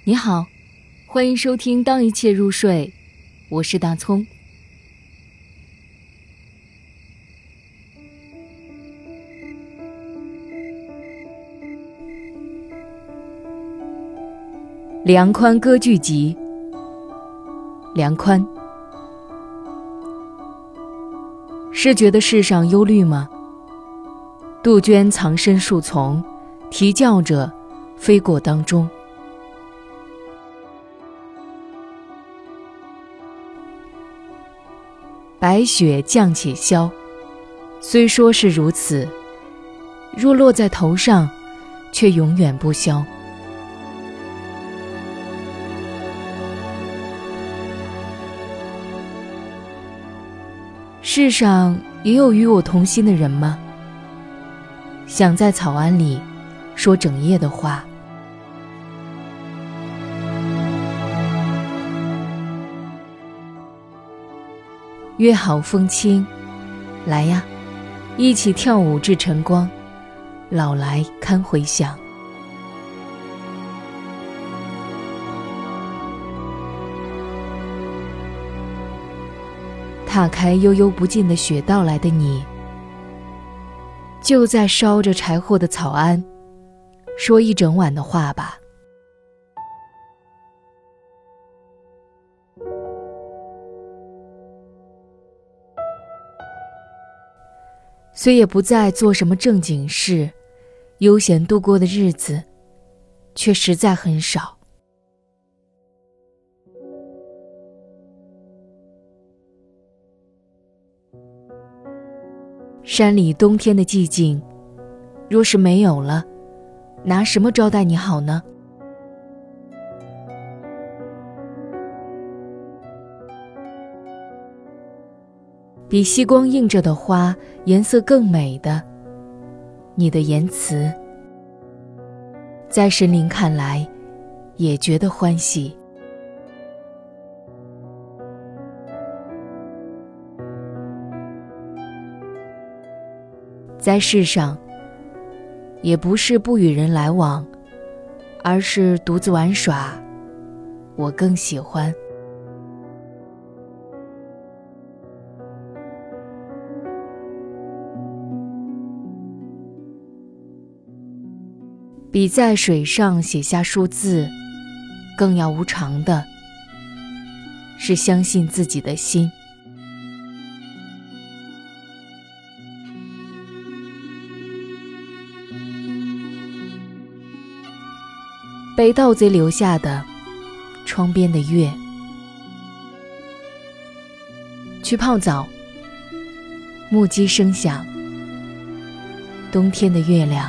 你好，欢迎收听《当一切入睡》，我是大葱。梁宽歌剧集，梁宽。是觉得世上忧虑吗？杜鹃藏身树丛，啼叫着飞过当中。白雪降且消，虽说是如此，若落在头上，却永远不消。世上也有与我同心的人吗？想在草庵里说整夜的话。约好风清，来呀，一起跳舞至晨光，老来堪回响。踏开悠悠不尽的雪道来的你，就在烧着柴火的草庵，说一整晚的话吧。虽也不再做什么正经事，悠闲度过的日子，却实在很少。山里冬天的寂静，若是没有了，拿什么招待你好呢？比夕光映着的花颜色更美的，你的言辞，在神灵看来也觉得欢喜。在世上，也不是不与人来往，而是独自玩耍，我更喜欢。比在水上写下数字更要无常的，是相信自己的心。被盗贼留下的窗边的月，去泡澡，木屐声响，冬天的月亮。